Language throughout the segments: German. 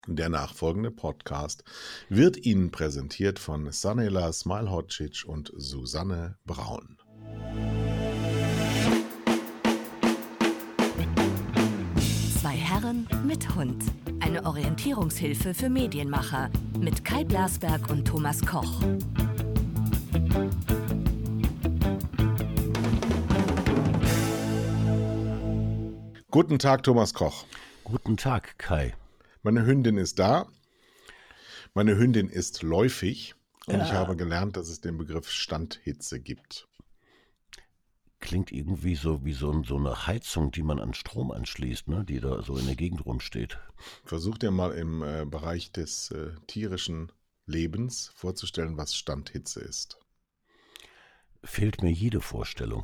Der nachfolgende Podcast wird Ihnen präsentiert von Sanela Smilhocic und Susanne Braun. Zwei Herren mit Hund. Eine Orientierungshilfe für Medienmacher mit Kai Blasberg und Thomas Koch. Guten Tag, Thomas Koch. Guten Tag, Kai. Meine Hündin ist da. Meine Hündin ist läufig und ich habe gelernt, dass es den Begriff Standhitze gibt. Klingt irgendwie so wie so eine Heizung, die man an Strom anschließt, ne? Die da so in der Gegend rumsteht. Versuch dir mal im Bereich des tierischen Lebens vorzustellen, was Standhitze ist. Fehlt mir jede Vorstellung.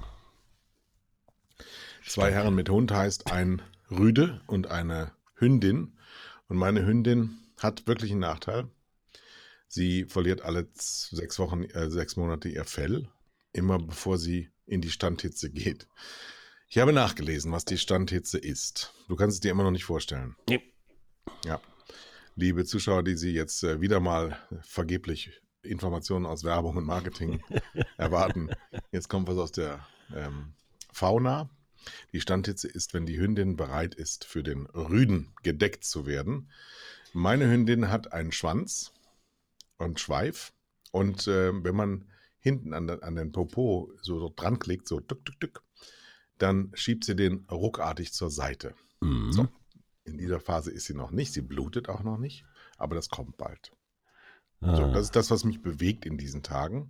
Zwei Herren mit Hund heißt ein Rüde und eine Hündin. Und meine Hündin hat wirklich einen Nachteil. Sie verliert alle 6 Monate ihr Fell, immer bevor sie in die Standhitze geht. Ich habe nachgelesen, was die Standhitze ist. Du kannst es dir immer noch nicht vorstellen. Nee. Ja. Liebe Zuschauer, die Sie jetzt wieder mal vergeblich Informationen aus Werbung und Marketing erwarten. Jetzt kommt was aus der Fauna. Die Standhitze ist, wenn die Hündin bereit ist, für den Rüden gedeckt zu werden. Meine Hündin hat einen Schwanz und Schweif. Und wenn man hinten an den Popo so dran klickt, so tück, tück, tück, dann schiebt sie den ruckartig zur Seite. Mhm. So, in dieser Phase ist sie noch nicht. Sie blutet auch noch nicht, aber das kommt bald. So, das ist das, was mich bewegt in diesen Tagen.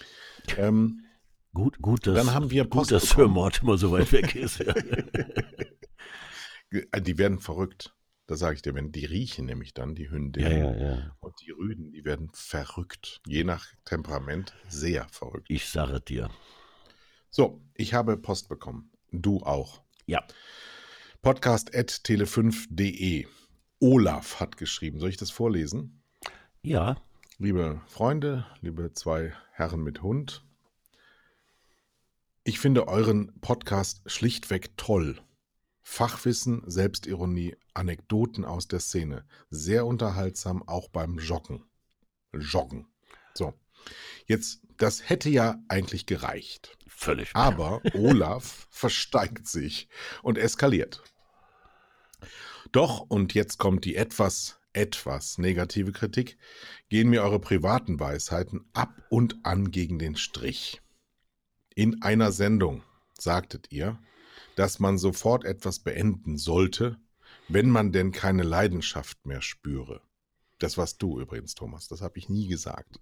Gut, Dann haben wir Post dass Sir Mortimer so weit weg ist. Ja. Die werden verrückt. Das sage ich dir, wenn die riechen nämlich dann, die Hündin. Ja. Und die Rüden, die werden verrückt. Je nach Temperament sehr verrückt. Ich sage dir. So, ich habe Post bekommen. Du auch. Ja. Podcast@tele5.de. Olaf hat geschrieben. Soll ich das vorlesen? Ja. Liebe Freunde, liebe zwei Herren mit Hund. Ich finde euren Podcast schlichtweg toll. Fachwissen, Selbstironie, Anekdoten aus der Szene. Sehr unterhaltsam, auch beim Joggen. So, jetzt, das hätte ja eigentlich gereicht. Völlig. Aber Olaf versteigt sich und eskaliert. Doch, und jetzt kommt die etwas negative Kritik, gehen mir eure privaten Weisheiten ab und an gegen den Strich. In einer Sendung sagtet ihr, dass man sofort etwas beenden sollte, wenn man denn keine Leidenschaft mehr spüre. Das warst du übrigens, Thomas, das habe ich nie gesagt.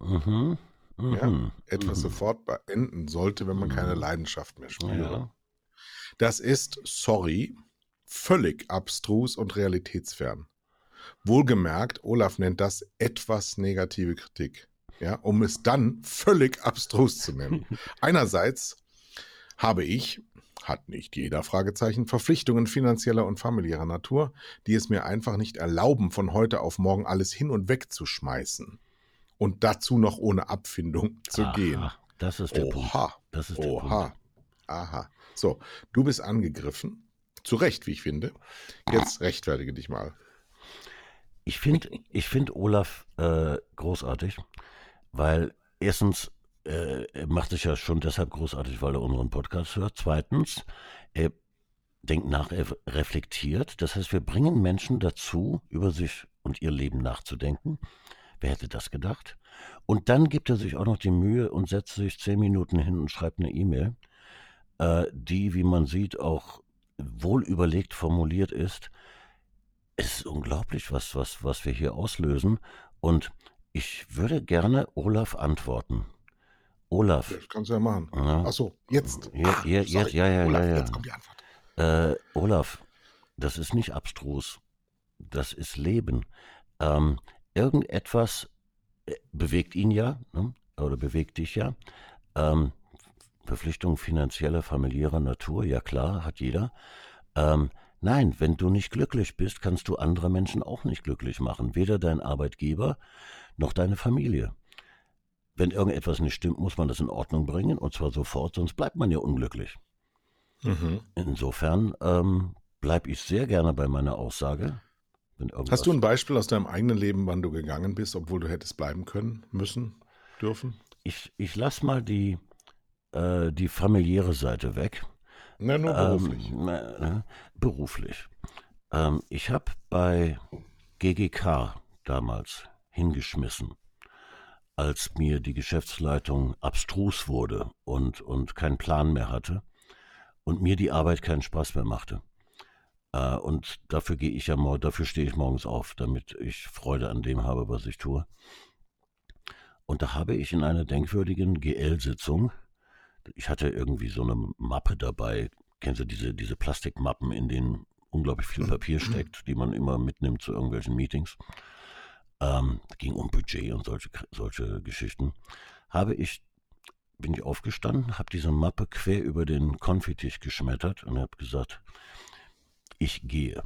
Etwas sofort beenden sollte, wenn man keine Leidenschaft mehr spüre. Ja. Das ist, sorry, völlig abstrus und realitätsfern. Wohlgemerkt, Olaf nennt das etwas negative Kritik. Ja, um es dann völlig abstrus zu nennen. Einerseits habe ich, hat nicht jeder, Fragezeichen, Verpflichtungen finanzieller und familiärer Natur, die es mir einfach nicht erlauben, von heute auf morgen alles hin und weg zu schmeißen. Und dazu noch ohne Abfindung zu gehen. Das ist der Punkt. Das ist der Punkt. Aha. So, du bist angegriffen. Zu Recht, wie ich finde. Jetzt rechtfertige dich mal. Ich find Olaf großartig, weil erstens, er macht sich ja schon deshalb großartig, weil er unseren Podcast hört. Zweitens, er denkt nach, er reflektiert. Das heißt, wir bringen Menschen dazu, über sich und ihr Leben nachzudenken. Wer hätte das gedacht? Und dann gibt er sich auch noch die Mühe und setzt sich 10 Minuten hin und schreibt eine E-Mail, die, wie man sieht, auch wohl überlegt formuliert ist. Es ist unglaublich, was wir hier auslösen. Und ich würde gerne Olaf antworten. Olaf. Das kannst du ja machen. Ja. Achso, jetzt. Ja. Olaf, jetzt kommt die Antwort. Olaf, das ist nicht abstrus. Das ist Leben. Irgendetwas bewegt ihn ja, ne? Oder bewegt dich ja. Verpflichtung finanzieller, familiärer Natur, ja klar, hat jeder. Nein, wenn du nicht glücklich bist, kannst du andere Menschen auch nicht glücklich machen. Weder dein Arbeitgeber noch deine Familie. Wenn irgendetwas nicht stimmt, muss man das in Ordnung bringen, und zwar sofort, sonst bleibt man ja unglücklich. Insofern bleibe ich sehr gerne bei meiner Aussage. Wenn irgendwas. Hast du ein Beispiel aus deinem eigenen Leben, wann du gegangen bist, obwohl du hättest bleiben können, müssen, dürfen? Ich lass mal die familiäre Seite weg. Na, nur beruflich. Beruflich. Ich habe bei GGK damals hingeschmissen, als mir die Geschäftsleitung abstrus wurde und keinen Plan mehr hatte und mir die Arbeit keinen Spaß mehr machte. Und dafür stehe ich morgens auf, damit ich Freude an dem habe, was ich tue. Und da habe ich in einer denkwürdigen GL-Sitzung, ich hatte irgendwie so eine Mappe dabei, kennst du diese Plastikmappen, in denen unglaublich viel Papier steckt, die man immer mitnimmt zu irgendwelchen Meetings. Ging um Budget und solche Geschichten. Bin ich aufgestanden, habe diese Mappe quer über den Konfitisch geschmettert und habe gesagt, ich gehe.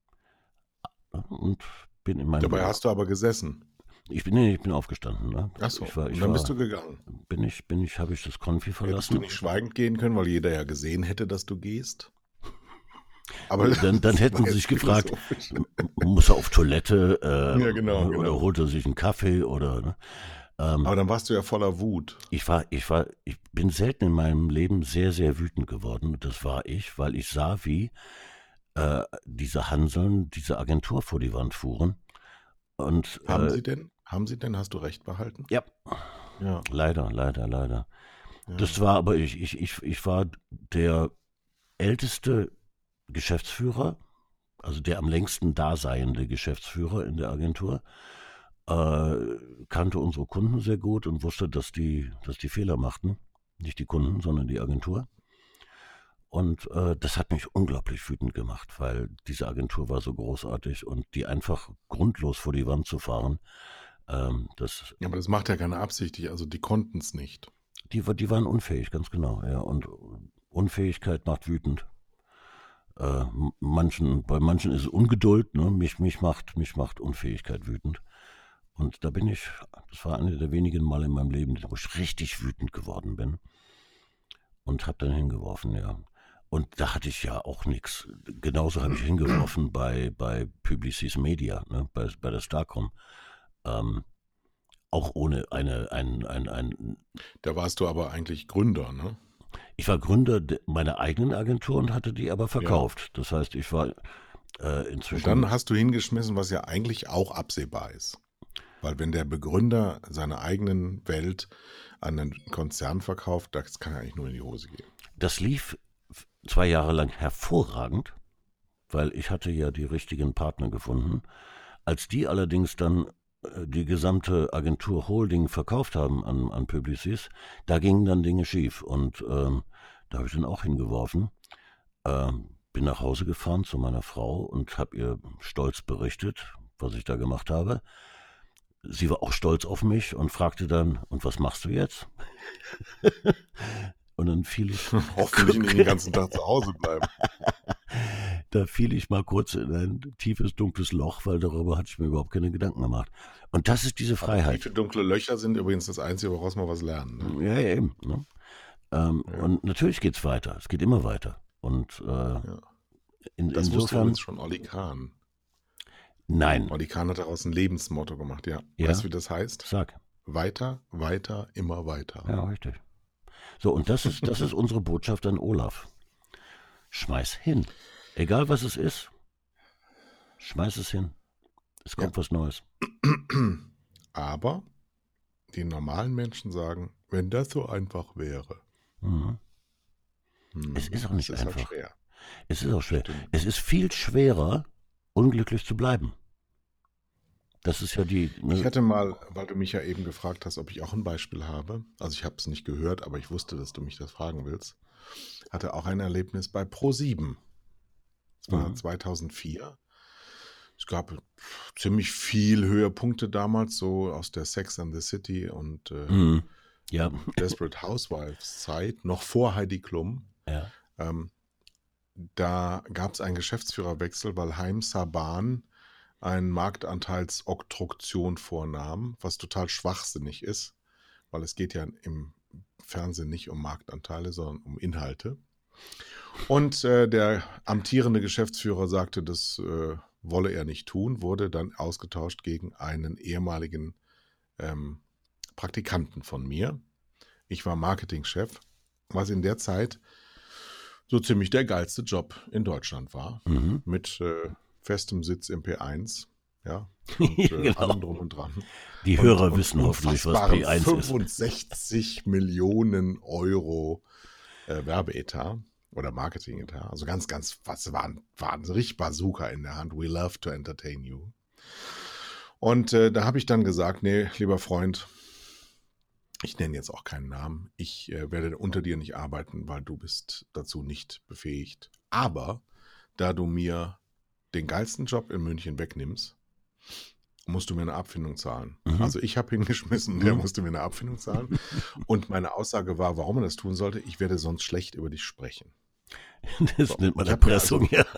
Und bin in meinem Dabei hast du aber gesessen. Ich bin aufgestanden. Ne? Ach so, und dann bist du gegangen. Habe ich das Konfi verlassen. Hättest du nicht schweigend gehen können, weil jeder ja gesehen hätte, dass du gehst? Aber dann hätten sie sich gefragt, muss er auf Toilette ja, genau. Oder holt er sich einen Kaffee oder. Ne? Aber dann warst du ja voller Wut. Ich bin selten in meinem Leben sehr, sehr wütend geworden. Das war ich, weil ich sah, wie diese Hanseln, diese Agentur vor die Wand fuhren. Und, Haben sie denn? Hast du recht behalten? Ja. Leider. Ja. Das war aber ich war der älteste Geschäftsführer, also der am längsten daseiende Geschäftsführer in der Agentur, kannte unsere Kunden sehr gut und wusste, dass die Fehler machten. Nicht die Kunden, sondern die Agentur. Und das hat mich unglaublich wütend gemacht, weil diese Agentur war so großartig und die einfach grundlos vor die Wand zu fahren, das. Ja, aber das macht ja keiner absichtlich, also die konnten es nicht. Die waren unfähig, ganz genau, ja. Und Unfähigkeit macht wütend. Bei manchen ist es Ungeduld, ne? Mich macht Unfähigkeit wütend. Und das war eine der wenigen Male in meinem Leben, wo ich richtig wütend geworden bin. Und habe dann hingeworfen, ja. Und da hatte ich ja auch nichts. Genauso habe ich hingeworfen bei Publicis Media, ne? bei der Starcom. Auch ohne Da warst du aber eigentlich Gründer, ne? Ich war Gründer meiner eigenen Agentur und hatte die aber verkauft. Ja. Das heißt, ich war inzwischen. Und dann hast du hingeschmissen, was ja eigentlich auch absehbar ist. Weil wenn der Begründer seiner eigenen Welt an einen Konzern verkauft, das kann ja eigentlich nur in die Hose gehen. Das lief 2 Jahre lang hervorragend, weil ich hatte ja die richtigen Partner gefunden. Als die allerdings dann die gesamte Agentur Holding verkauft haben an Publicis, da gingen dann Dinge schief. Und da habe ich dann auch hingeworfen. Bin nach Hause gefahren zu meiner Frau und habe ihr stolz berichtet, was ich da gemacht habe. Sie war auch stolz auf mich und fragte dann, und was machst du jetzt? Und dann fiel ich. Hoffentlich nicht den ganzen Tag zu Hause bleiben. Da fiel ich mal kurz in ein tiefes, dunkles Loch, weil darüber hatte ich mir überhaupt keine Gedanken gemacht. Und das ist diese Freiheit. Tiefe, dunkle Löcher sind übrigens das Einzige, woraus man was lernen. Ne? Ja, eben. Ne? Und natürlich geht es weiter. Es geht immer weiter. Und das insofern. wusste übrigens schon Olli Kahn. Nein. Olli Kahn hat daraus ein Lebensmotto gemacht, ja. Weißt du, wie das heißt? Sag. Weiter, weiter, immer weiter. Ja, richtig. So, und das ist unsere Botschaft an Olaf. Schmeiß hin. Egal was es ist, schmeiß es hin. Es kommt was Neues. Aber die normalen Menschen sagen, wenn das so einfach wäre. Es ist auch nicht einfach. Halt schwer. Es ist auch schwer. Stimmt. Es ist viel schwerer, unglücklich zu bleiben. Das ist ja die. Ne? Ich hatte mal, weil du mich ja eben gefragt hast, ob ich auch ein Beispiel habe. Also ich habe es nicht gehört, aber ich wusste, dass du mich das fragen willst. Hatte auch ein Erlebnis bei Pro7. Das war 2004. Es gab ziemlich viel Höhepunkte damals, so aus der Sex and the City und Desperate Housewives Zeit, noch vor Heidi Klum. Ja. Da gab es einen Geschäftsführerwechsel, weil Haim Saban eine Marktanteilsobstruktion vornahm, was total schwachsinnig ist, weil es geht ja im Fernsehen nicht um Marktanteile, sondern um Inhalte. Und der amtierende Geschäftsführer sagte, das wolle er nicht tun, wurde dann ausgetauscht gegen einen ehemaligen Praktikanten von mir. Ich war Marketingchef, was in der Zeit so ziemlich der geilste Job in Deutschland war, mit festem Sitz im P1, ja, und Genau. allem drum und dran. Die Hörer wissen hoffentlich, was unfassbaren P1 ist. 65 Millionen Euro Werbeetat oder Marketingetat. Also ganz, waren richtig Bazooka in der Hand. We love to entertain you. Und da habe ich dann gesagt, nee, lieber Freund, ich nenne jetzt auch keinen Namen. Ich werde unter dir nicht arbeiten, weil du bist dazu nicht befähigt. Aber da du mir den geilsten Job in München wegnimmst, musst du mir eine Abfindung zahlen. Also ich habe hingeschmissen, der musste mir eine Abfindung zahlen. Und meine Aussage war, warum er das tun sollte, ich werde sonst schlecht über dich sprechen. Das nennt man Erpressung, ja.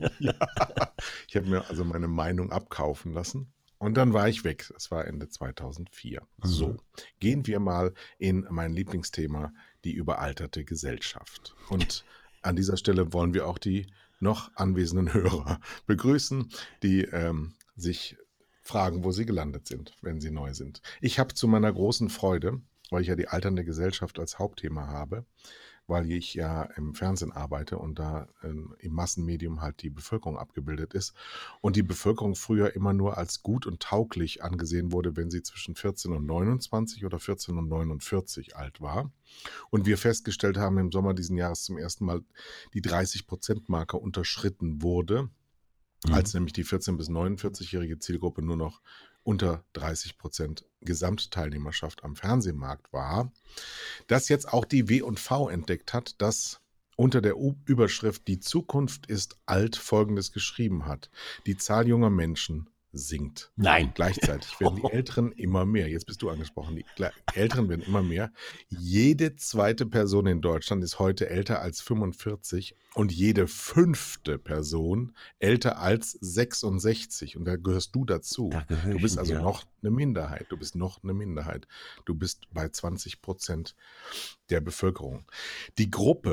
Ich habe mir also meine Meinung abkaufen lassen. Und dann war ich weg. Das war Ende 2004. So, gehen wir mal in mein Lieblingsthema, die überalterte Gesellschaft. Und an dieser Stelle wollen wir auch die noch anwesenden Hörer begrüßen, die sich fragen, wo sie gelandet sind, wenn sie neu sind. Ich habe zu meiner großen Freude, weil ich ja die alternde Gesellschaft als Hauptthema habe, weil ich ja im Fernsehen arbeite und da im Massenmedium halt die Bevölkerung abgebildet ist und die Bevölkerung früher immer nur als gut und tauglich angesehen wurde, wenn sie zwischen 14 und 29 oder 14 und 49 alt war. Und wir festgestellt haben im Sommer diesen Jahres zum ersten Mal die 30%-Marke unterschritten wurde, als nämlich die 14- bis 49-jährige Zielgruppe nur noch unter 30% Gesamtteilnehmerschaft am Fernsehmarkt war, dass jetzt auch die W&V entdeckt hat, dass unter der Überschrift "Die Zukunft ist alt" Folgendes geschrieben hat: Die Zahl junger Menschen sinkt. Nein. Gleichzeitig werden die Älteren immer mehr. Jetzt bist du angesprochen. Die Älteren werden immer mehr. Jede zweite Person in Deutschland ist heute älter als 45 und jede 5. Person älter als 66. Und da gehörst du dazu. Du bist also noch eine Minderheit. Du bist noch eine Minderheit. Du bist bei 20% der Bevölkerung. Die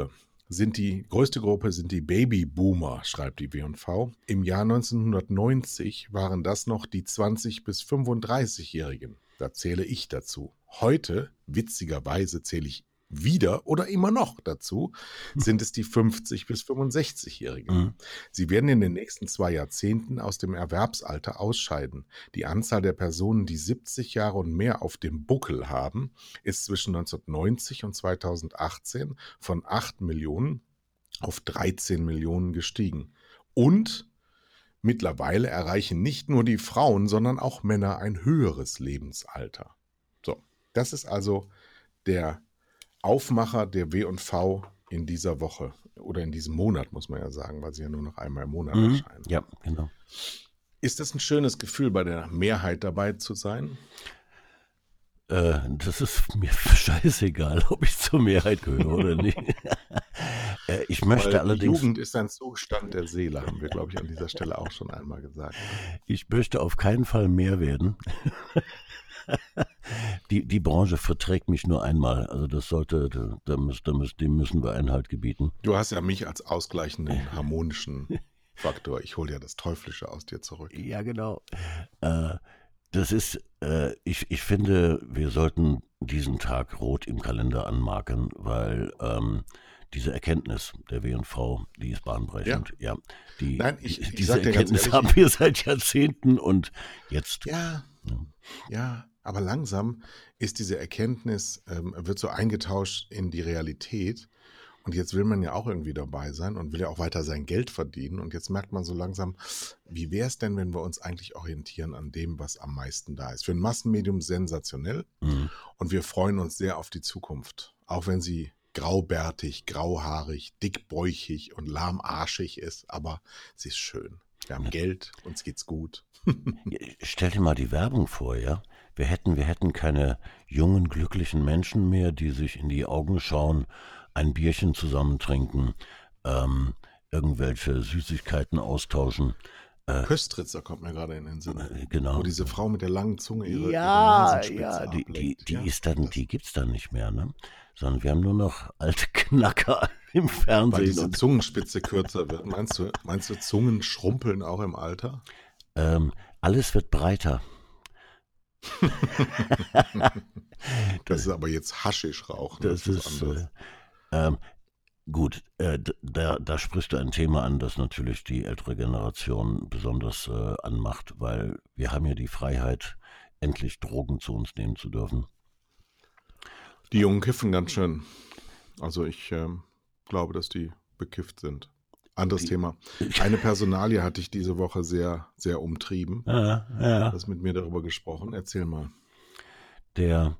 größte Gruppe sind die Babyboomer, schreibt die W&V. Im Jahr 1990 waren das noch die 20- bis 35-Jährigen. Da zähle ich dazu. Heute, witzigerweise, zähle ich wieder oder immer noch dazu, sind es die 50- bis 65-Jährigen. Sie werden in den nächsten 2 Jahrzehnten aus dem Erwerbsalter ausscheiden. Die Anzahl der Personen, die 70 Jahre und mehr auf dem Buckel haben, ist zwischen 1990 und 2018 von 8 Millionen auf 13 Millionen gestiegen. Und mittlerweile erreichen nicht nur die Frauen, sondern auch Männer ein höheres Lebensalter. So, das ist also der Aufmacher der W&V in dieser Woche oder in diesem Monat, muss man ja sagen, weil sie ja nur noch einmal im Monat erscheinen. Ja, genau. Ist das ein schönes Gefühl, bei der Mehrheit dabei zu sein? Das ist mir scheißegal, ob ich zur Mehrheit gehöre oder nicht. Ich möchte Weil allerdings. Die Jugend ist ein Zustand der Seele, haben wir, glaube ich, an dieser Stelle auch schon einmal gesagt. Ich möchte auf keinen Fall mehr werden. Die Branche verträgt mich nur einmal. Also das sollte, dem müssen wir Einhalt gebieten. Du hast ja mich als ausgleichenden, harmonischen Faktor. Ich hole ja das Teuflische aus dir zurück. Ja, genau. Das ist, ich finde, wir sollten diesen Tag rot im Kalender anmarken, weil diese Erkenntnis der W&V, die ist bahnbrechend. Ja. Nein, ich diese sag dir ganz Erkenntnis ehrlich, haben wir seit Jahrzehnten und jetzt. Ja, aber langsam ist diese Erkenntnis, wird so eingetauscht in die Realität. Und jetzt will man ja auch irgendwie dabei sein und will ja auch weiter sein Geld verdienen. Und jetzt merkt man so langsam, wie wäre es denn, wenn wir uns eigentlich orientieren an dem, was am meisten da ist? Für ein Massenmedium sensationell. Und wir freuen uns sehr auf die Zukunft. Auch wenn sie graubärtig, grauhaarig, dickbäuchig und lahmarschig ist. Aber sie ist schön. Wir haben Geld, uns geht's gut. Stell dir mal die Werbung vor, ja? Wir hätten keine jungen, glücklichen Menschen mehr, die sich in die Augen schauen, ein Bierchen zusammen trinken, irgendwelche Süßigkeiten austauschen. Köstritzer kommt mir gerade in den Sinn. Genau. Wo diese Frau mit der langen Zunge ihre Nasenspitze ableckt. Die gibt's dann nicht mehr, ne? Sondern wir haben nur noch alte Knacker im Weil Fernsehen. diese Zungenspitze kürzer wird. Meinst du, Zungen schrumpeln auch im Alter? Alles wird breiter. Das ist aber jetzt Haschisch-Rauchen. Das ist anderes. gut. Da sprichst du ein Thema an, das natürlich die ältere Generation besonders anmacht, weil wir haben ja die Freiheit, endlich Drogen zu uns nehmen zu dürfen. Die Jungen kiffen ganz schön. Also ich glaube, dass die bekifft sind. Anderes Thema. Eine Personalie hatte ich diese Woche sehr, sehr umtrieben. Ja. Du hast mit mir darüber gesprochen. Erzähl mal. Der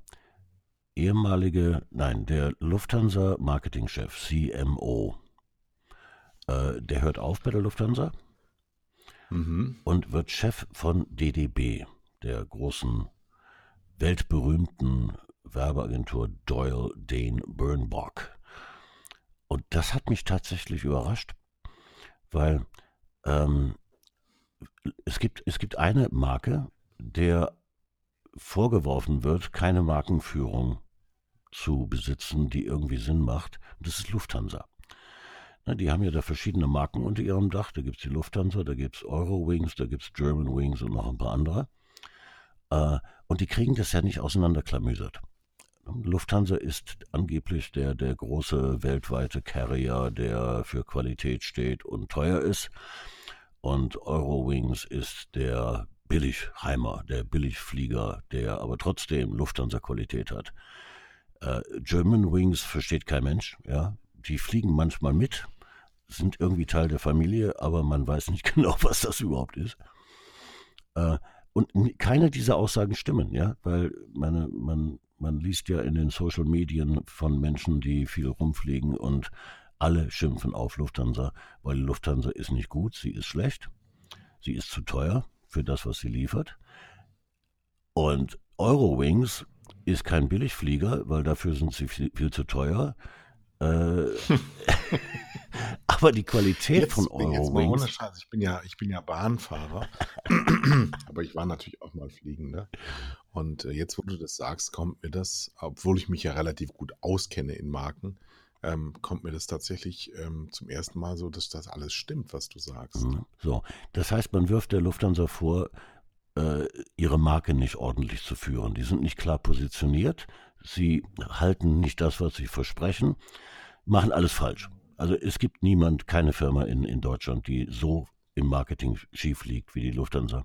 Lufthansa-Marketingchef, CMO, der hört auf bei der Lufthansa und wird Chef von DDB, der großen, weltberühmten Werbeagentur Doyle, Dane, Bernbach. Und das hat mich tatsächlich überrascht, weil es gibt eine Marke, der vorgeworfen wird, keine Markenführung zu besitzen, die irgendwie Sinn macht. Und das ist Lufthansa. Na, die haben ja da verschiedene Marken unter ihrem Dach. Da gibt es die Lufthansa, da gibt es Eurowings, da gibt es Germanwings und noch ein paar andere. Und die kriegen das ja nicht auseinanderklamüsert. Lufthansa ist angeblich der große weltweite Carrier, der für Qualität steht und teuer ist. Und Eurowings ist der Billigheimer, der Billigflieger, der aber trotzdem Lufthansa-Qualität hat. Germanwings versteht kein Mensch. Ja? Die fliegen manchmal mit, sind irgendwie Teil der Familie, aber man weiß nicht genau, was das überhaupt ist. Und keine dieser Aussagen stimmen, ja, weil man liest ja in den Social Medien von Menschen, die viel rumfliegen und alle schimpfen auf Lufthansa, weil Lufthansa ist nicht gut, sie ist schlecht, sie ist zu teuer für das, was sie liefert. Und Eurowings ist kein Billigflieger, weil dafür sind sie viel zu teuer. Aber die Qualität von Eurowings. Ohne Scheiß, ich bin ja Bahnfahrer, aber ich war natürlich auch mal Fliegender. Und jetzt, wo du das sagst, kommt mir das, obwohl ich mich ja relativ gut auskenne in Marken, kommt mir das tatsächlich zum ersten Mal so, dass das alles stimmt, was du sagst. So, das heißt, man wirft der Lufthansa vor, ihre Marke nicht ordentlich zu führen. Die sind nicht klar positioniert, sie halten nicht das, was sie versprechen, machen alles falsch. Also es gibt keine Firma in Deutschland, die so im Marketing schief liegt wie die Lufthansa.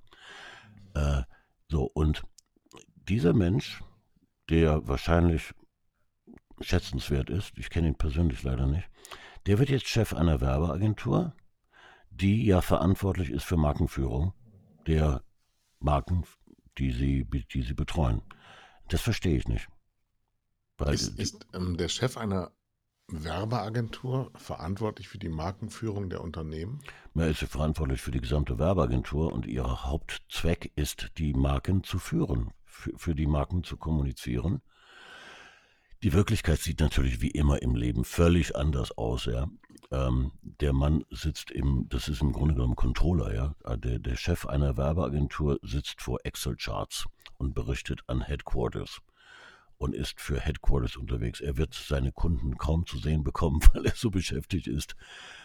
Und dieser Mensch, der wahrscheinlich schätzenswert ist, ich kenne ihn persönlich leider nicht, der wird jetzt Chef einer Werbeagentur, die ja verantwortlich ist für Markenführung der Marken, die sie betreuen. Das verstehe ich nicht. Ist der Chef einer Werbeagentur verantwortlich für die Markenführung der Unternehmen? Er ist verantwortlich für die gesamte Werbeagentur und ihr Hauptzweck ist, die Marken zu führen, für die Marken zu kommunizieren. Die Wirklichkeit sieht natürlich wie immer im Leben völlig anders aus, ja. Der Mann sitzt das ist im Grunde genommen Controller, ja. Der Chef einer Werbeagentur sitzt vor Excel-Charts und berichtet an Headquarters und ist für Headquarters unterwegs. Er wird seine Kunden kaum zu sehen bekommen, weil er so beschäftigt ist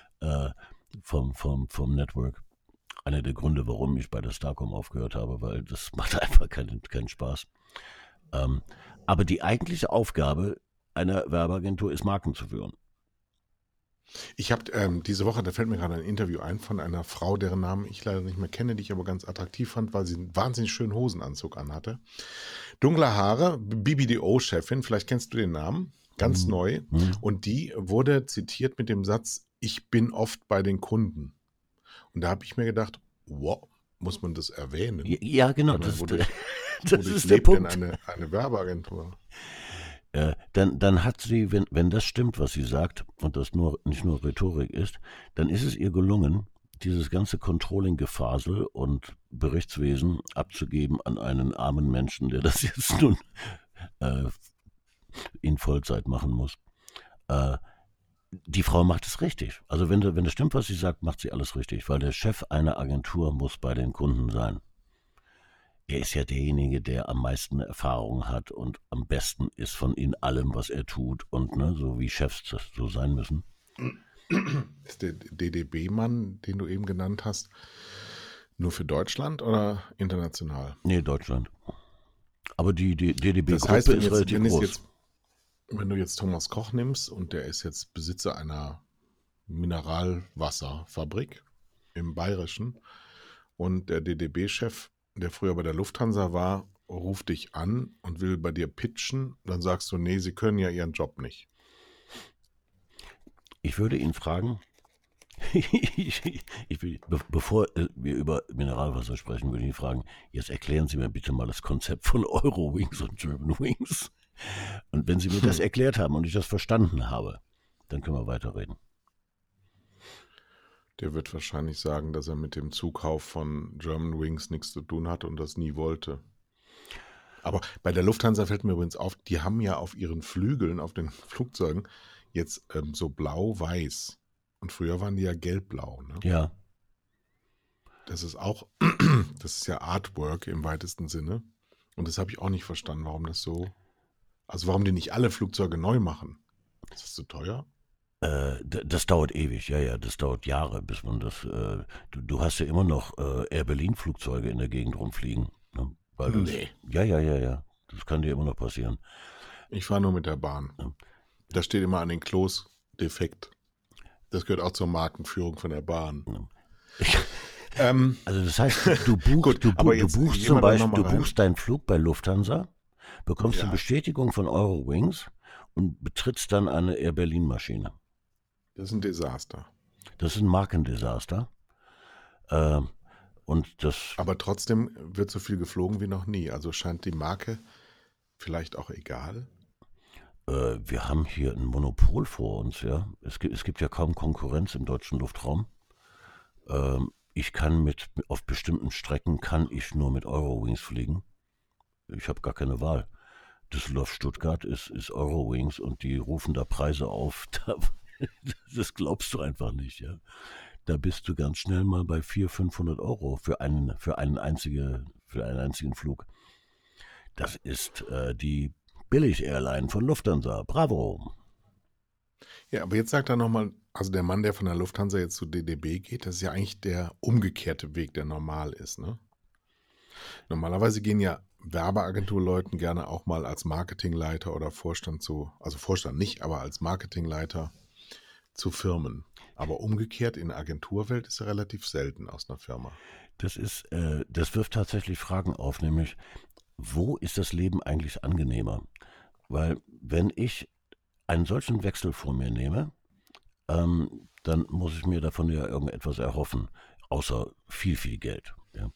vom Network. Einer der Gründe, warum ich bei der Starcom aufgehört habe, weil das macht einfach keinen Spaß. Aber die eigentliche Aufgabe einer Werbeagentur ist, Marken zu führen. Ich habe diese Woche, da fällt mir gerade ein Interview ein von einer Frau, deren Namen ich leider nicht mehr kenne, die ich aber ganz attraktiv fand, weil sie einen wahnsinnig schönen Hosenanzug anhatte. Dunkle Haare, BBDO-Chefin, vielleicht kennst du den Namen, ganz neu. Und die wurde zitiert mit dem Satz, ich bin oft bei den Kunden. Und da habe ich mir gedacht, wow, muss man das erwähnen? Ja, genau. Das ist der Punkt. Eine Werbeagentur. Dann hat sie, wenn das stimmt, was sie sagt, und das nicht nur Rhetorik ist, dann ist es ihr gelungen, dieses ganze Controlling-Gefasel und Berichtswesen abzugeben an einen armen Menschen, der das jetzt nun in Vollzeit machen muss. Die Frau macht es richtig. Also wenn das stimmt, was sie sagt, macht sie alles richtig, weil der Chef einer Agentur muss bei den Kunden sein. Er ist ja derjenige, der am meisten Erfahrung hat und am besten ist von in allem, was er tut und so wie Chefs das so sein müssen. Ist der DDB-Mann, den du eben genannt hast, nur für Deutschland oder international? Nee, Deutschland. Aber die DDB-Gruppe Das heißt, ist relativ groß. Wenn du jetzt Thomas Koch nimmst und der ist jetzt Besitzer einer Mineralwasserfabrik im Bayerischen und der DDB-Chef, der früher bei der Lufthansa war, ruft dich an und will bei dir pitchen, dann sagst du, nee, sie können ja ihren Job nicht. Ich würde ihn fragen, bevor wir über Mineralwasser sprechen, würde ich ihn fragen, jetzt erklären Sie mir bitte mal das Konzept von Eurowings und Germanwings. Und wenn Sie mir das erklärt haben und ich das verstanden habe, dann können wir weiterreden. Der wird wahrscheinlich sagen, dass er mit dem Zukauf von Germanwings nichts zu tun hat und das nie wollte. Aber bei der Lufthansa fällt mir übrigens auf, die haben ja auf ihren Flügeln, auf den Flugzeugen, jetzt so blau-weiß. Und früher waren die ja gelb-blau. Ne? Ja. Das ist ja Artwork im weitesten Sinne. Und das habe ich auch nicht verstanden, warum das so, also warum die nicht alle Flugzeuge neu machen. Ist das zu teuer? Das dauert ewig, ja, das dauert Jahre, bis man das, du hast ja immer noch Air Berlin Flugzeuge in der Gegend rumfliegen. Ne? Weil Nee. Ja, das kann dir immer noch passieren. Ich fahre nur mit der Bahn. Ja. Da steht immer an den Klos defekt. Das gehört auch zur Markenführung von der Bahn. Also das heißt, du buchst deinen Flug bei Lufthansa, bekommst eine Bestätigung von Eurowings und betrittst dann eine Air Berlin Maschine. Das ist ein Desaster. Das ist ein Markendesaster. Aber trotzdem wird so viel geflogen wie noch nie. Also scheint die Marke vielleicht auch egal. Wir haben hier ein Monopol vor uns, ja. Es gibt ja kaum Konkurrenz im deutschen Luftraum. Ich kann auf bestimmten Strecken nur mit Eurowings fliegen. Ich habe gar keine Wahl. Düsseldorf-Stuttgart ist Eurowings und die rufen da Preise auf. Das glaubst du einfach nicht, ja. Da bist du ganz schnell mal bei 400-500 Euro für einen einzigen Flug. Das ist die Billig-Airline von Lufthansa. Bravo. Ja, aber jetzt sagt er nochmal, also der Mann, der von der Lufthansa jetzt zu DDB geht, das ist ja eigentlich der umgekehrte Weg, der normal ist, ne? Normalerweise gehen ja Werbeagenturleuten gerne auch mal als Marketingleiter oder Vorstand also Vorstand nicht, aber als Marketingleiter zu Firmen. Aber umgekehrt in der Agenturwelt ist er relativ selten aus einer Firma. Das wirft tatsächlich Fragen auf, nämlich, wo ist das Leben eigentlich angenehmer? Weil wenn ich einen solchen Wechsel vor mir nehme, dann muss ich mir davon ja irgendetwas erhoffen, außer viel, viel Geld. Ja.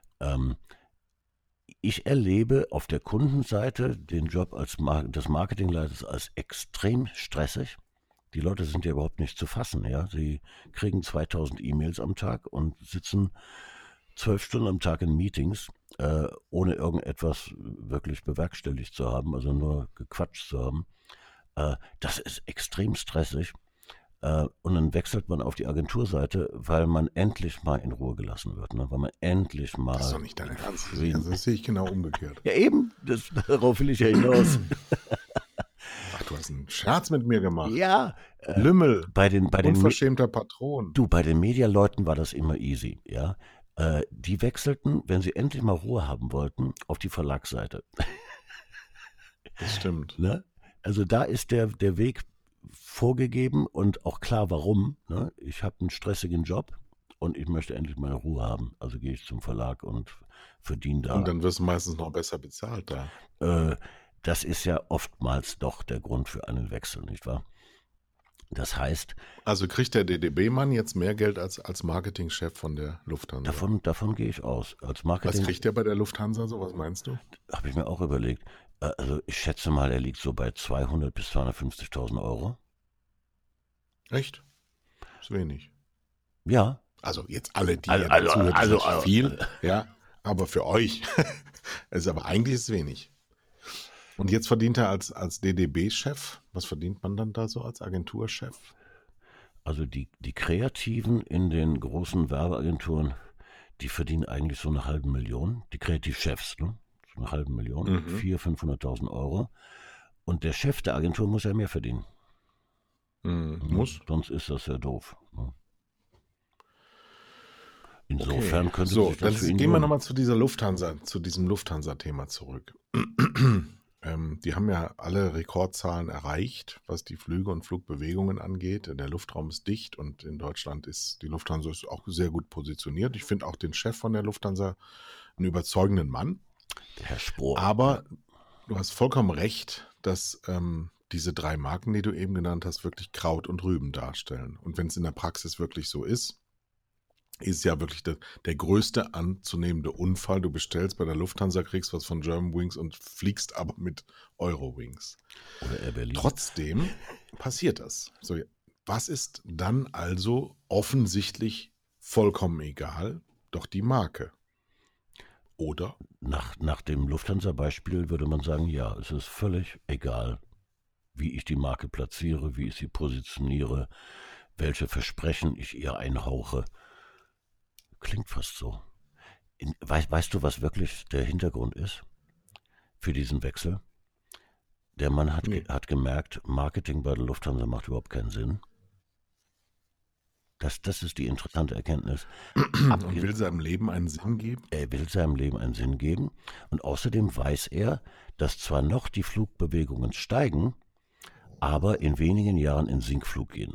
Ich erlebe auf der Kundenseite den Job des Marketingleiters als extrem stressig. Die Leute sind ja überhaupt nicht zu fassen. Ja? Sie kriegen 2000 E-Mails am Tag und sitzen 12 Stunden am Tag in Meetings, ohne irgendetwas wirklich bewerkstelligt zu haben, also nur gequatscht zu haben. Das ist extrem stressig. Und dann wechselt man auf die Agenturseite, weil man endlich mal in Ruhe gelassen wird. Ne? Weil man endlich mal... Das ist doch nicht dein Ernst. Also das sehe ich genau umgekehrt. Ja eben, darauf will ich ja hinaus. Ach, du hast einen Scherz mit mir gemacht. Ja. Lümmel, bei den unverschämter Patron. Du, bei den Medialeuten war das immer easy. Ja? Die wechselten, wenn sie endlich mal Ruhe haben wollten, auf die Verlagsseite. Das stimmt. Ne? Also da ist der Weg vorgegeben und auch klar, warum. Ne? Ich habe einen stressigen Job und ich möchte endlich mal Ruhe haben. Also gehe ich zum Verlag und verdiene da. Und dann wirst du meistens noch besser bezahlt da. Das ist ja oftmals doch der Grund für einen Wechsel, nicht wahr? Das heißt... Also kriegt der DDB-Mann jetzt mehr Geld als Marketingchef von der Lufthansa? Davon gehe ich aus. Als Was kriegt der bei der Lufthansa so? Was meinst du? Habe ich mir auch überlegt. Also ich schätze mal, er liegt so bei 200.000 bis 250.000 Euro. Echt? Ist wenig. Ja. Also jetzt alle, die also viel, ja, aber für euch. Also aber eigentlich ist es wenig. Und jetzt verdient er als DDB-Chef. Was verdient man dann da so als Agenturchef? Also die Kreativen in den großen Werbeagenturen, die verdienen eigentlich so 500.000. Die Kreativchefs, ne? 500.000, 400.000, 500.000 Euro. Und der Chef der Agentur muss ja mehr verdienen. Muss. Sonst ist das ja doof. Ne? Okay. Insofern könnte So, sich das dann für ihn gehen wir lohnen. nochmal zu diesem Lufthansa-Thema zurück. Die haben ja alle Rekordzahlen erreicht, was die Flüge und Flugbewegungen angeht. Der Luftraum ist dicht und in Deutschland ist die Lufthansa auch sehr gut positioniert. Ich finde auch den Chef von der Lufthansa einen überzeugenden Mann. Der Herr Spohr. Aber du hast vollkommen recht, dass diese 3 Marken, die du eben genannt hast, wirklich Kraut und Rüben darstellen. Und wenn es in der Praxis wirklich so ist es ja wirklich der größte anzunehmende Unfall. Du bestellst bei der Lufthansa, kriegst was von Germanwings und fliegst aber mit Eurowings. Oder Air Berlin. Trotzdem passiert das. So, was ist dann also offensichtlich vollkommen egal? Doch die Marke. Oder? Nach dem Lufthansa-Beispiel würde man sagen, ja, es ist völlig egal, wie ich die Marke platziere, wie ich sie positioniere, welche Versprechen ich ihr einhauche. Klingt fast so. Weißt du, was wirklich der Hintergrund ist für diesen Wechsel? Der Mann hat gemerkt, Marketing bei der Lufthansa macht überhaupt keinen Sinn. Das ist die interessante Erkenntnis. Und will seinem Leben einen Sinn geben? Er will seinem Leben einen Sinn geben. Und außerdem weiß er, dass zwar noch die Flugbewegungen steigen, aber in wenigen Jahren in Sinkflug gehen.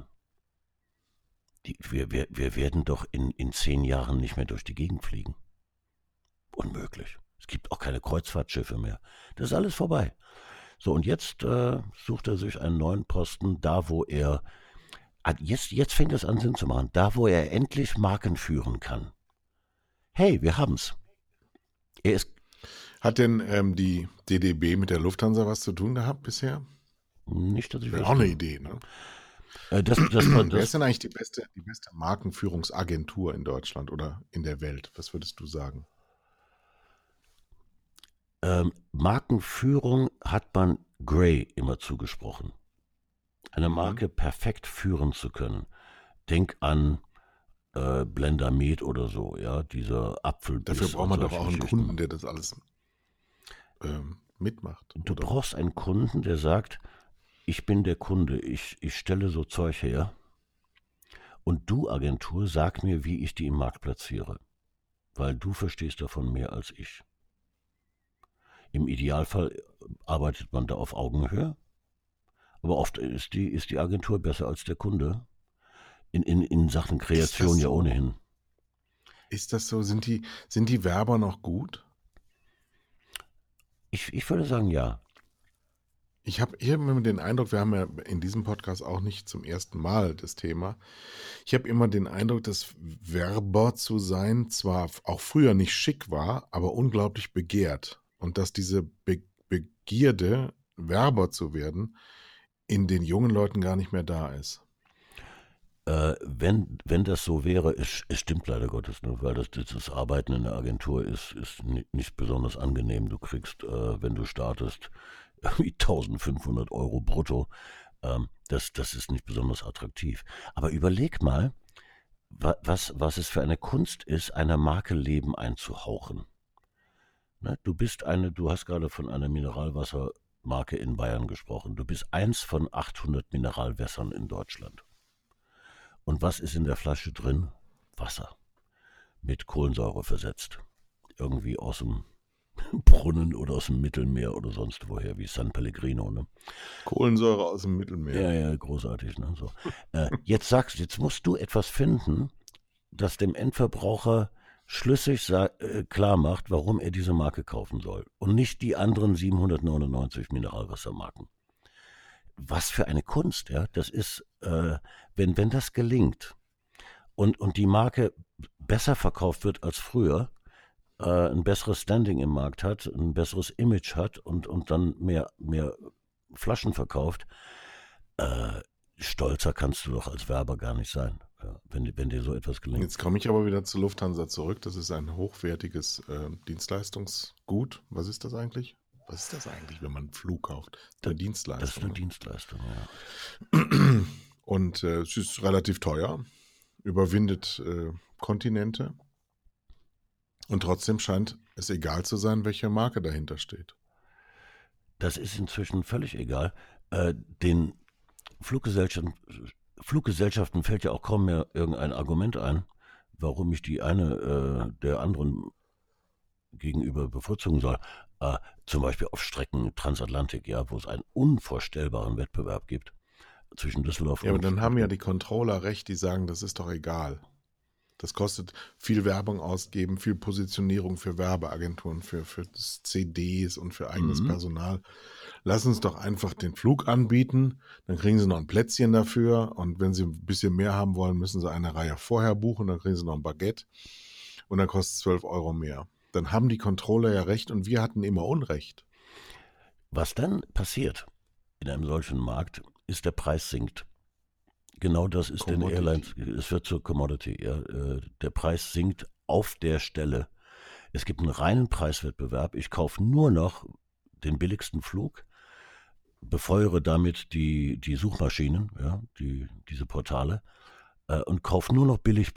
Wir werden doch in 10 Jahren nicht mehr durch die Gegend fliegen. Unmöglich. Es gibt auch keine Kreuzfahrtschiffe mehr. Das ist alles vorbei. So, und jetzt sucht er sich einen neuen Posten, da wo er, jetzt fängt es an Sinn zu machen, da wo er endlich Marken führen kann. Hey, wir haben's. Hat denn die DDB mit der Lufthansa was zu tun gehabt bisher? Nicht, dass ich Wäre auch eine Idee, ne? Wer ist denn eigentlich die beste Markenführungsagentur in Deutschland oder in der Welt? Was würdest du sagen? Markenführung hat man Grey immer zugesprochen. Eine Marke perfekt führen zu können. Denk an Blender Med oder so, ja, dieser Apfelbiss. Dafür braucht man doch auch einen Kunden, der das alles mitmacht. Du brauchst einen Kunden, der sagt, ich bin der Kunde, ich stelle so Zeug her und du, Agentur, sag mir, wie ich die im Markt platziere, weil du verstehst davon mehr als ich. Im Idealfall arbeitet man da auf Augenhöhe, aber oft ist die Agentur besser als der Kunde, in Sachen Kreation ja ohnehin. Ist das so? Sind die Werber noch gut? Ich würde sagen, ja. Ich habe immer den Eindruck, wir haben ja in diesem Podcast auch nicht zum ersten Mal das Thema. Ich habe immer den Eindruck, dass Werber zu sein zwar auch früher nicht schick war, aber unglaublich begehrt. Und dass diese Begierde, Werber zu werden, in den jungen Leuten gar nicht mehr da ist. Wenn das so wäre, es stimmt leider Gottes, ne, weil das Arbeiten in der Agentur ist nicht besonders angenehm. Du kriegst, wenn du startest, irgendwie 1.500 € brutto. Das ist nicht besonders attraktiv. Aber überleg mal, was es für eine Kunst ist, einer Marke Leben einzuhauchen. Ne, du hast gerade von einer Mineralwassermarke in Bayern gesprochen. Du bist eins von 800 Mineralwässern in Deutschland. Und was ist in der Flasche drin? Wasser. Mit Kohlensäure versetzt. Irgendwie aus dem Brunnen oder aus dem Mittelmeer oder sonst woher, wie San Pellegrino. Ne? Kohlensäure aus dem Mittelmeer. Ja, großartig. Ne? So. Jetzt musst du etwas finden, das dem Endverbraucher schlüssig klar macht, warum er diese Marke kaufen soll. Und nicht die anderen 799 Mineralwassermarken. Was für eine Kunst, ja. Das ist, wenn das gelingt und die Marke besser verkauft wird als früher, ein besseres Standing im Markt hat, ein besseres Image hat und dann mehr Flaschen verkauft, stolzer kannst du doch als Werber gar nicht sein, ja, wenn dir so etwas gelingt. Jetzt komme ich aber wieder zu Lufthansa zurück. Das ist ein hochwertiges Dienstleistungsgut. Was ist das eigentlich? Was ist das eigentlich, wenn man einen Flug kauft? Eine Dienstleistung. Das ist eine Dienstleistung, ja. Und es ist relativ teuer, überwindet Kontinente. Und trotzdem scheint es egal zu sein, welche Marke dahinter steht. Das ist inzwischen völlig egal. Fluggesellschaften fällt ja auch kaum mehr irgendein Argument ein, warum ich die eine der anderen gegenüber bevorzugen soll. Zum Beispiel auf Strecken Transatlantik, ja, wo es einen unvorstellbaren Wettbewerb gibt zwischen Düsseldorf Ja, aber und dann haben ja die Controller recht, die sagen, das ist doch egal. Das kostet viel Werbung ausgeben, viel Positionierung für Werbeagenturen, für CDs und für eigenes Personal. Lass uns doch einfach den Flug anbieten, dann kriegen sie noch ein Plätzchen dafür und wenn sie ein bisschen mehr haben wollen, müssen sie eine Reihe vorher buchen, dann kriegen sie noch ein Baguette und dann kostet es 12 Euro mehr. Dann haben die Controller ja recht und wir hatten immer Unrecht. Was dann passiert in einem solchen Markt, ist, der Preis sinkt. Genau das ist den Airlines, es wird zur Commodity. Ja. Der Preis sinkt auf der Stelle. Es gibt einen reinen Preiswettbewerb. Ich kaufe nur noch den billigsten Flug, befeuere damit die Suchmaschinen, ja, diese Portale, und kaufe nur noch billig.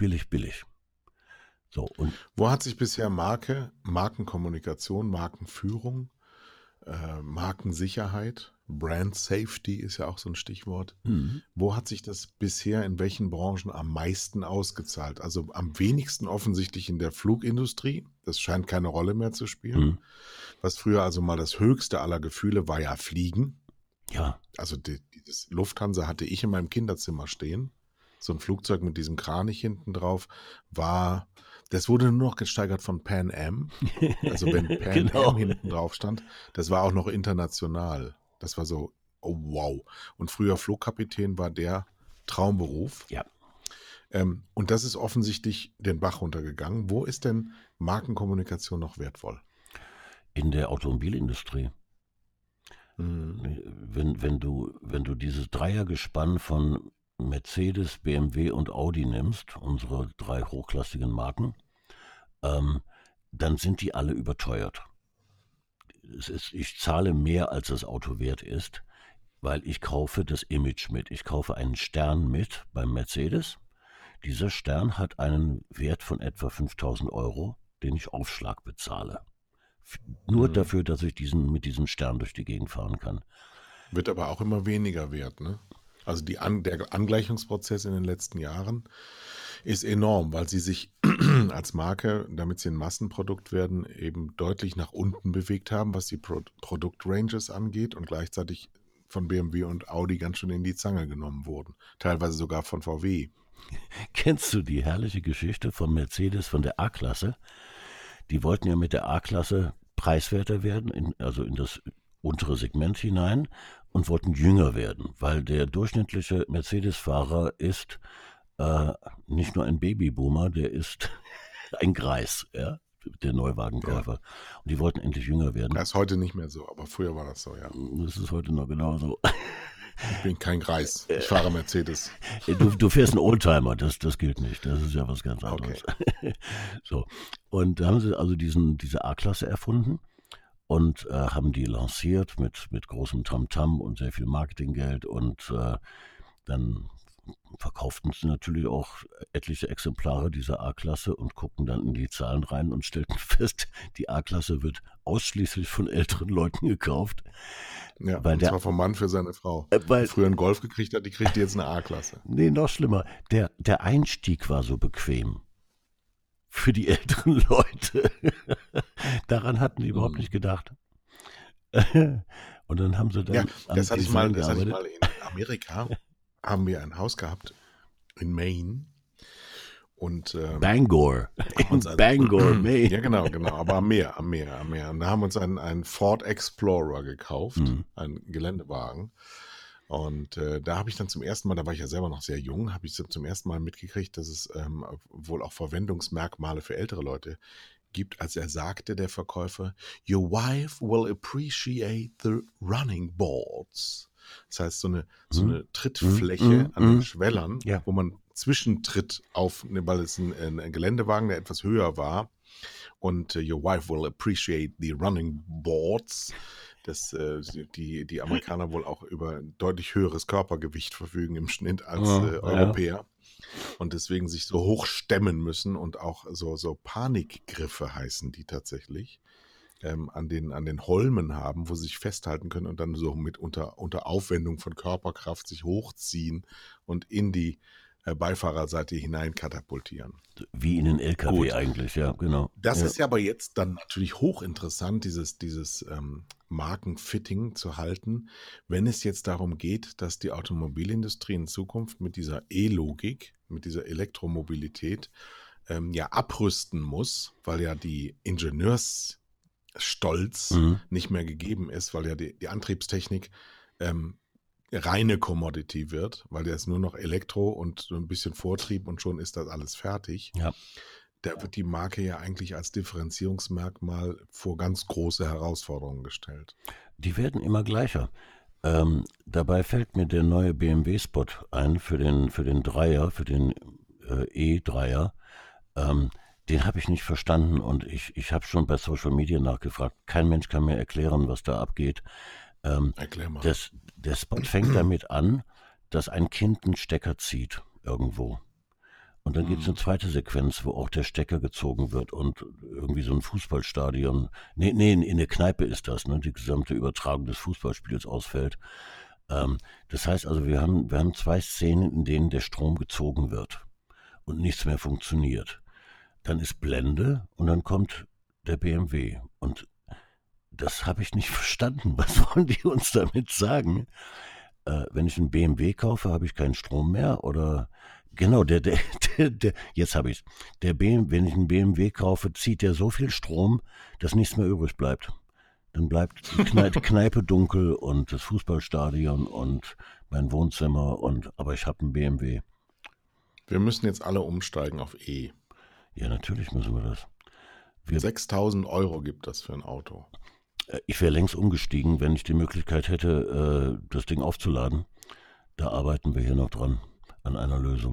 So, und Wo hat sich bisher Markenkommunikation, Markenführung, Markensicherheit, Brand Safety ist ja auch so ein Stichwort. Wo hat sich das bisher in welchen Branchen am meisten ausgezahlt? Also am wenigsten offensichtlich in der Flugindustrie. Das scheint keine Rolle mehr zu spielen. Was früher also mal das höchste aller Gefühle war ja Fliegen. ja, Also dieses Lufthansa hatte ich in meinem Kinderzimmer stehen. So ein Flugzeug mit diesem Kranich hinten drauf das wurde nur noch gesteigert von Pan Am. Also wenn Pan Genau. Am hinten drauf stand, das war auch noch international. Das war so, oh wow. Und früher Flugkapitän war der Traumberuf. ja. Und das ist offensichtlich den Bach runtergegangen. Wo ist denn Markenkommunikation noch wertvoll? In der Automobilindustrie. Mhm. Wenn du dieses Dreiergespann von Mercedes, BMW und Audi nimmst, unsere 3 hochklassigen Marken, dann sind die alle überteuert. Ich zahle mehr, als das Auto wert ist, weil ich kaufe das Image mit. Ich kaufe einen Stern mit beim Mercedes. Dieser Stern hat einen Wert von etwa 5.000 Euro, den ich Aufschlag bezahle. Nur dafür, dass ich mit diesem Stern durch die Gegend fahren kann. Wird aber auch immer weniger wert, ne? Also der Angleichungsprozess in den letzten Jahren ist enorm, weil sie sich als Marke, damit sie ein Massenprodukt werden, eben deutlich nach unten bewegt haben, was die Produktranges angeht und gleichzeitig von BMW und Audi ganz schön in die Zange genommen wurden. Teilweise sogar von VW. Kennst du die herrliche Geschichte von Mercedes von der A-Klasse? Die wollten ja mit der A-Klasse preiswerter werden, also in das untere Segment hinein und wollten jünger werden, weil der durchschnittliche Mercedes-Fahrer ist nicht nur ein Babyboomer, der ist ein Greis, ja, der Neuwagenkäufer. Und die wollten endlich jünger werden. Das ist heute nicht mehr so, aber früher war das so, ja. Das ist heute noch genauso. Ich bin kein Greis, ich fahre Mercedes. Du fährst einen Oldtimer, das gilt nicht. Das ist ja was ganz anderes. Okay. So. Und da haben sie also diese A-Klasse erfunden und haben die lanciert mit großem Tamtam und sehr viel Marketinggeld und dann verkauften sie natürlich auch etliche Exemplare dieser A-Klasse und guckten dann in die Zahlen rein und stellten fest, die A-Klasse wird ausschließlich von älteren Leuten gekauft. Ja, und zwar vom Mann für seine Frau. Weil die früher einen Golf gekriegt hat, die kriegt jetzt eine A-Klasse. Nee, noch schlimmer. Der Einstieg war so bequem. Für die älteren Leute. Daran hatten die überhaupt nicht gedacht. Und dann haben sie dann Ja, das hatte ich mal in gearbeitet. Amerika. Haben wir ein Haus gehabt in Maine. Und, Bangor. In Bangor, Maine. Ja, genau, aber am Meer. Und da haben wir uns einen Ford Explorer gekauft, einen Geländewagen. Und da habe ich dann zum ersten Mal, da war ich ja selber noch sehr jung, habe ich zum ersten Mal mitgekriegt, dass es wohl auch Verwendungsmerkmale für ältere Leute gibt, als er sagte, der Verkäufer, "Your wife will appreciate the running boards." Das heißt, so eine Trittfläche an den Schwellern, wo man zwischentritt weil es ein Geländewagen, der etwas höher war. Und "Your wife will appreciate the running boards." Dass die Amerikaner wohl auch über ein deutlich höheres Körpergewicht verfügen im Schnitt als Europäer. Und deswegen sich so hoch stemmen müssen und auch so Panikgriffe heißen die tatsächlich. an den Holmen haben, wo sie sich festhalten können und dann so mit unter Aufwendung von Körperkraft sich hochziehen und in die Beifahrerseite hinein katapultieren. Wie in den LKW Gut. eigentlich, ja, genau. Das ja. ist ja aber jetzt dann natürlich hochinteressant, dieses Markenfitting zu halten, wenn es jetzt darum geht, dass die Automobilindustrie in Zukunft mit dieser E-Logik, mit dieser Elektromobilität ja abrüsten muss, weil ja die Ingenieursstolz nicht mehr gegeben ist, weil ja die Antriebstechnik reine Commodity wird, weil der ist nur noch Elektro und so ein bisschen Vortrieb und schon ist das alles fertig. Ja. Da wird die Marke ja eigentlich als Differenzierungsmerkmal vor ganz große Herausforderungen gestellt. Die werden immer gleicher. Dabei fällt mir der neue BMW-Spot ein für den Dreier, für den E-Dreier. Den habe ich nicht verstanden und ich habe schon bei Social Media nachgefragt. Kein Mensch kann mir erklären, was da abgeht. Erklär mal. Der Spot fängt damit an, dass ein Kind einen Stecker zieht irgendwo. Und dann gibt es eine zweite Sequenz, wo auch der Stecker gezogen wird und irgendwie so ein Fußballstadion, nee, in eine Kneipe ist das, ne, die gesamte Übertragung des Fußballspiels ausfällt. Das heißt also, wir haben zwei Szenen, in denen der Strom gezogen wird und nichts mehr funktioniert. Dann ist Blende und dann kommt der BMW und das habe ich nicht verstanden. Was wollen die uns damit sagen? Wenn ich einen BMW kaufe, habe ich keinen Strom mehr? Oder genau, jetzt habe ich es. Wenn ich einen BMW kaufe, zieht der so viel Strom, dass nichts mehr übrig bleibt. Dann bleibt die Kneipe dunkel und das Fußballstadion und mein Wohnzimmer aber ich habe einen BMW. Wir müssen jetzt alle umsteigen auf E. Ja, natürlich müssen wir das. 6.000 € gibt das für ein Auto. Ich wäre längst umgestiegen, wenn ich die Möglichkeit hätte, das Ding aufzuladen. Da arbeiten wir hier noch dran, an einer Lösung.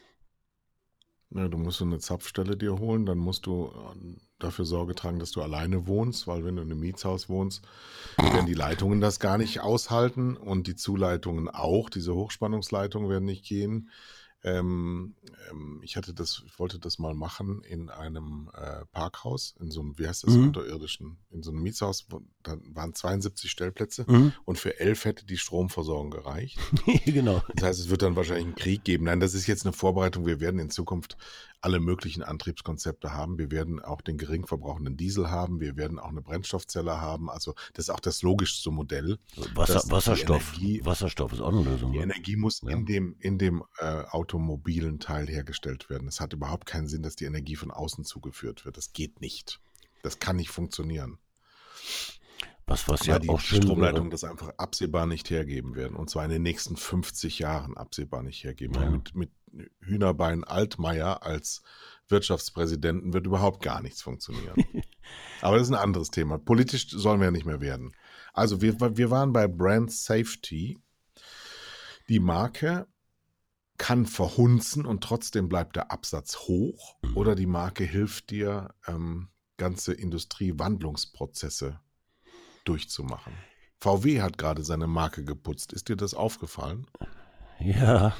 Ja, du musst so eine Zapfstelle dir holen, dann musst du dafür Sorge tragen, dass du alleine wohnst, weil wenn du in einem Mietshaus wohnst, werden die Leitungen das gar nicht aushalten und die Zuleitungen auch, diese Hochspannungsleitungen werden nicht gehen. Ich wollte das mal machen in einem Parkhaus, in so einem, wie heißt das, unterirdischen, in so einem Mietshaus, da waren 72 Stellplätze und für 11 hätte die Stromversorgung gereicht. Genau. Das heißt, es wird dann wahrscheinlich einen Krieg geben. Nein, das ist jetzt eine Vorbereitung. Wir werden in Zukunft alle möglichen Antriebskonzepte haben. Wir werden auch den gering verbrauchenden Diesel haben. Wir werden auch eine Brennstoffzelle haben. Also das ist auch das logischste Modell. Wasserstoff ist auch eine Lösung. Die Energie muss in dem automobilen Teil hergestellt werden. Es hat überhaupt keinen Sinn, dass die Energie von außen zugeführt wird. Das geht nicht. Das kann nicht funktionieren. Was Weil ja die auch schön Stromleitungen das einfach absehbar nicht hergeben werden. Und zwar in den nächsten 50 Jahren absehbar nicht hergeben. Ja. Mit Hühnerbein Altmaier als Wirtschaftspräsidenten wird überhaupt gar nichts funktionieren. Aber das ist ein anderes Thema. Politisch sollen wir ja nicht mehr werden. Also wir waren bei Brand Safety. Die Marke kann verhunzen und trotzdem bleibt der Absatz hoch. Oder die Marke hilft dir, ganze Industriewandlungsprozesse durchzumachen. VW hat gerade seine Marke geputzt. Ist dir das aufgefallen? Ja.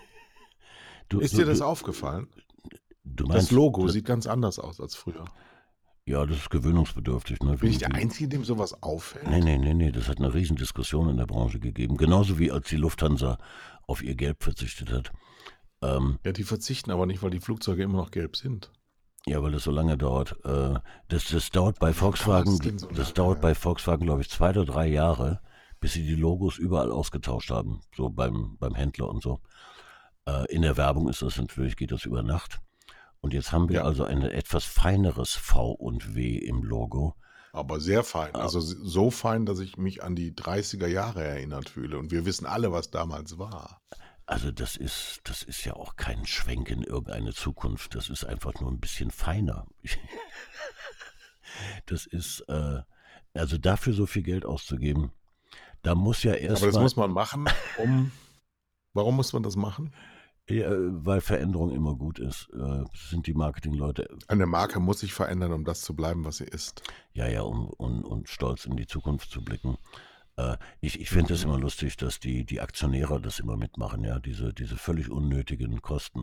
Ist dir das aufgefallen? Du meinst, Das Logo sieht ganz anders aus als früher. Ja, das ist gewöhnungsbedürftig. Ne? Bin ich der Einzige, dem sowas auffällt? Nee, das hat eine Riesendiskussion in der Branche gegeben. Genauso wie als die Lufthansa auf ihr Gelb verzichtet hat. Ja, die verzichten aber nicht, weil die Flugzeuge immer noch gelb sind. Ja, weil das so lange dauert. Das dauert bei Volkswagen, bei Volkswagen, glaube ich, 2 oder 3 Jahre, bis sie die Logos überall ausgetauscht haben. So beim Händler und so. In der Werbung geht das über Nacht. Und jetzt haben wir also ein etwas feineres V und W im Logo. Aber sehr fein. Also so fein, dass ich mich an die 30er Jahre erinnert fühle. Und wir wissen alle, was damals war. Also das ist ja auch kein Schwenk in irgendeine Zukunft. Das ist einfach nur ein bisschen feiner. Das ist, also dafür so viel Geld auszugeben, da muss ja erst. Aber das muss man machen, warum muss man das machen? Ja, weil Veränderung immer gut ist. Sind die Marketingleute. Eine Marke muss sich verändern, um das zu bleiben, was sie ist. Ja, um stolz in die Zukunft zu blicken. Ich finde es immer lustig, dass die Aktionäre das immer mitmachen, ja, diese völlig unnötigen Kosten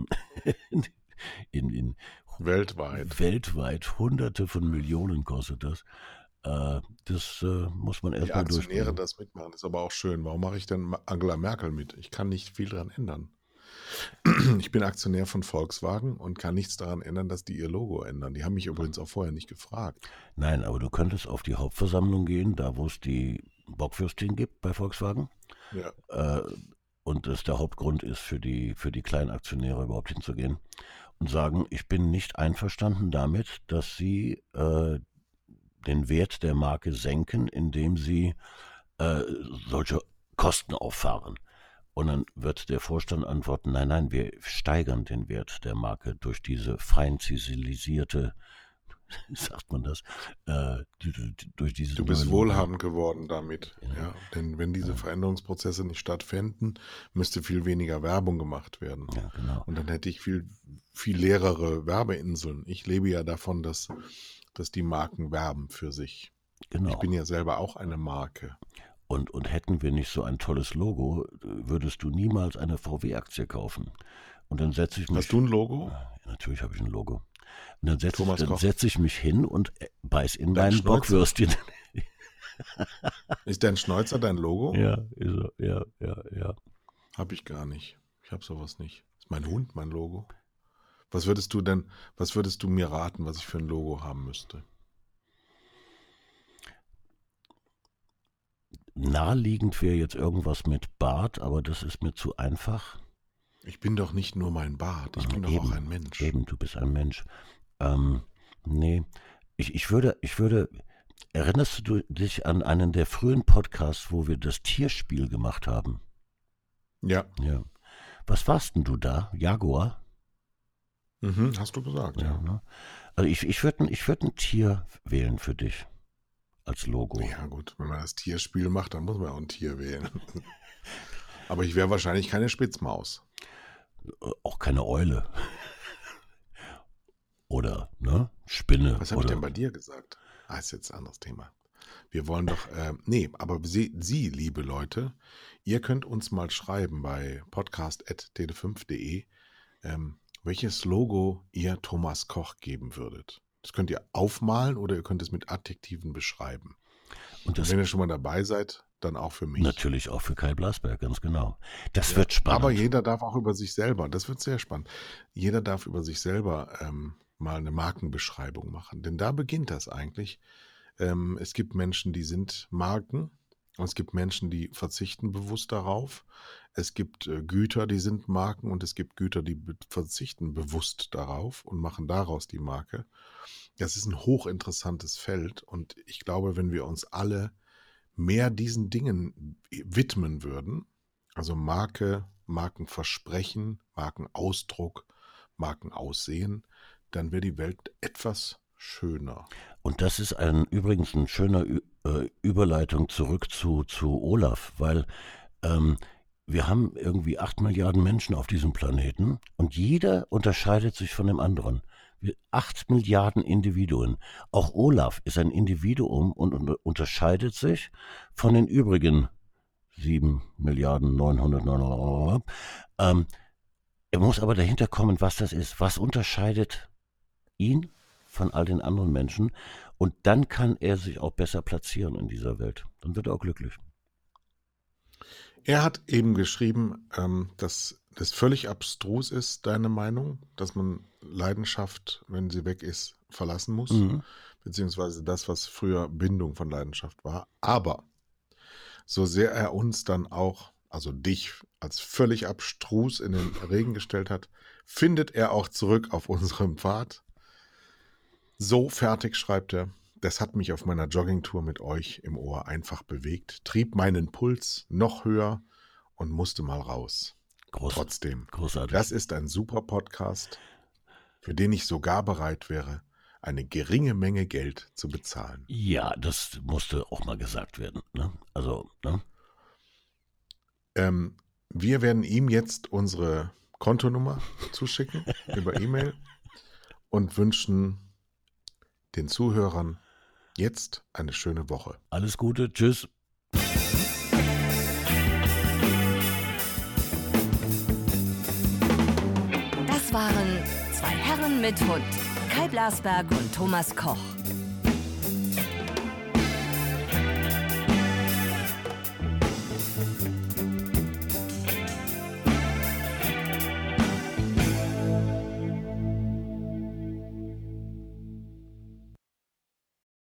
in Weltweit. Weltweit Hunderte von Millionen kostet das. Das muss man Die erstmal Aktionäre durchbringen. das mitmachen, ist aber auch schön. Warum mache ich denn Angela Merkel mit? Ich kann nicht viel daran ändern. Ich bin Aktionär von Volkswagen und kann nichts daran ändern, dass die ihr Logo ändern. Die haben mich übrigens auch vorher nicht gefragt. Nein, aber du könntest auf die Hauptversammlung gehen, da wo es die Bockwürstin gibt bei Volkswagen. Ja. Und das der Hauptgrund ist, für die kleinen Aktionäre überhaupt hinzugehen und sagen, ich bin nicht einverstanden damit, dass sie den Wert der Marke senken, indem sie solche Kosten auffahren. Und dann wird der Vorstand antworten, nein, wir steigern den Wert der Marke durch diese fein ziselisierte, sagt man das, durch diese Du bist neue Logo. wohlhabend geworden damit. Ja. Denn wenn diese Veränderungsprozesse nicht stattfänden, müsste viel weniger Werbung gemacht werden. Ja, genau. Und dann hätte ich viel leerere Werbeinseln. Ich lebe ja davon, dass die Marken werben für sich. Genau. Ich bin ja selber auch eine Marke. Und hätten wir nicht so ein tolles Logo, würdest du niemals eine VW-Aktie kaufen. Und dann setze ich mich... Hast du ein Logo? Natürlich habe ich ein Logo. Und dann Thomas Koch. setze ich mich hin und beiß in Dein meinen Schnäuzer? Bockwürstchen. Ist dein Schnäuzer dein Logo? Ja, ist er. Ja. Hab ich gar nicht. Ich habe sowas nicht. Ist mein Hund mein Logo? Was würdest du mir raten, was ich für ein Logo haben müsste? Naheliegend wäre jetzt irgendwas mit Bart, aber das ist mir zu einfach. Ich bin doch nicht nur mein Bart, ich bin doch auch ein Mensch. Eben, du bist ein Mensch. Nee, ich würde, erinnerst du dich an einen der frühen Podcasts, wo wir das Tierspiel gemacht haben? Ja, Ja. Was warst denn du da? Jaguar? hast du gesagt, ja. Ne? Also ich würd ein Tier wählen für dich als Logo. Ja gut, wenn man das Tierspiel macht, dann muss man auch ein Tier wählen. Aber ich wäre wahrscheinlich keine Spitzmaus. Auch keine Eule. Oder, ne? Spinne. Was habe ich oder denn bei dir gesagt? Ist jetzt ein anderes Thema. Wir wollen doch, aber Sie, liebe Leute, ihr könnt uns mal schreiben bei podcast@tele5.de, welches Logo ihr Thomas Koch geben würdet. Das könnt ihr aufmalen oder ihr könnt es mit Adjektiven beschreiben. Und Und das wenn ihr schon mal dabei seid, dann auch für mich. natürlich auch für Kai Blasberg, ganz genau. Das wird spannend. Aber jeder darf auch über sich selber, das wird sehr spannend, jeder darf über sich selber mal eine Markenbeschreibung machen. Denn da beginnt das eigentlich. Es gibt Menschen, die sind Marken. Und es gibt Menschen, die verzichten bewusst darauf. Es gibt Güter, die sind Marken. Und es gibt Güter, die verzichten bewusst darauf und machen daraus die Marke. Das ist ein hochinteressantes Feld. Und ich glaube, wenn wir uns alle mehr diesen Dingen widmen würden, also Marke, Markenversprechen, Markenausdruck, Markenaussehen, dann wäre die Welt etwas schöner. Und das ist übrigens ein schöner Überleitung zurück zu Olaf, weil wir haben irgendwie 8 Milliarden Menschen auf diesem Planeten und jeder unterscheidet sich von dem anderen. 8 Milliarden Individuen. Auch Olaf ist ein Individuum und unterscheidet sich von den übrigen 7 Milliarden 900. Er muss aber dahinter kommen, was das ist. Was unterscheidet ihn von all den anderen Menschen? Und dann kann er sich auch besser platzieren in dieser Welt. Dann wird er auch glücklich. Er hat eben geschrieben, dass das völlig abstrus ist, deine Meinung, dass man Leidenschaft, wenn sie weg ist, verlassen muss, beziehungsweise das, was früher Bindung von Leidenschaft war. Aber so sehr er uns dann auch, also dich, als völlig abstrus in den Regen gestellt hat, findet er auch zurück auf unserem Pfad. So fertig, schreibt er. Das hat mich auf meiner Joggingtour mit euch im Ohr einfach bewegt, trieb meinen Puls noch höher und musste mal raus. Trotzdem, großartig. das ist ein super Podcast, für den ich sogar bereit wäre, eine geringe Menge Geld zu bezahlen. Ja, das musste auch mal gesagt werden. Ne? Also, ne? Wir werden ihm jetzt unsere Kontonummer zuschicken über E-Mail und wünschen den Zuhörern jetzt eine schöne Woche. Alles Gute, tschüss. Das waren 2 Herren mit Hund, Kai Blasberg und Thomas Koch.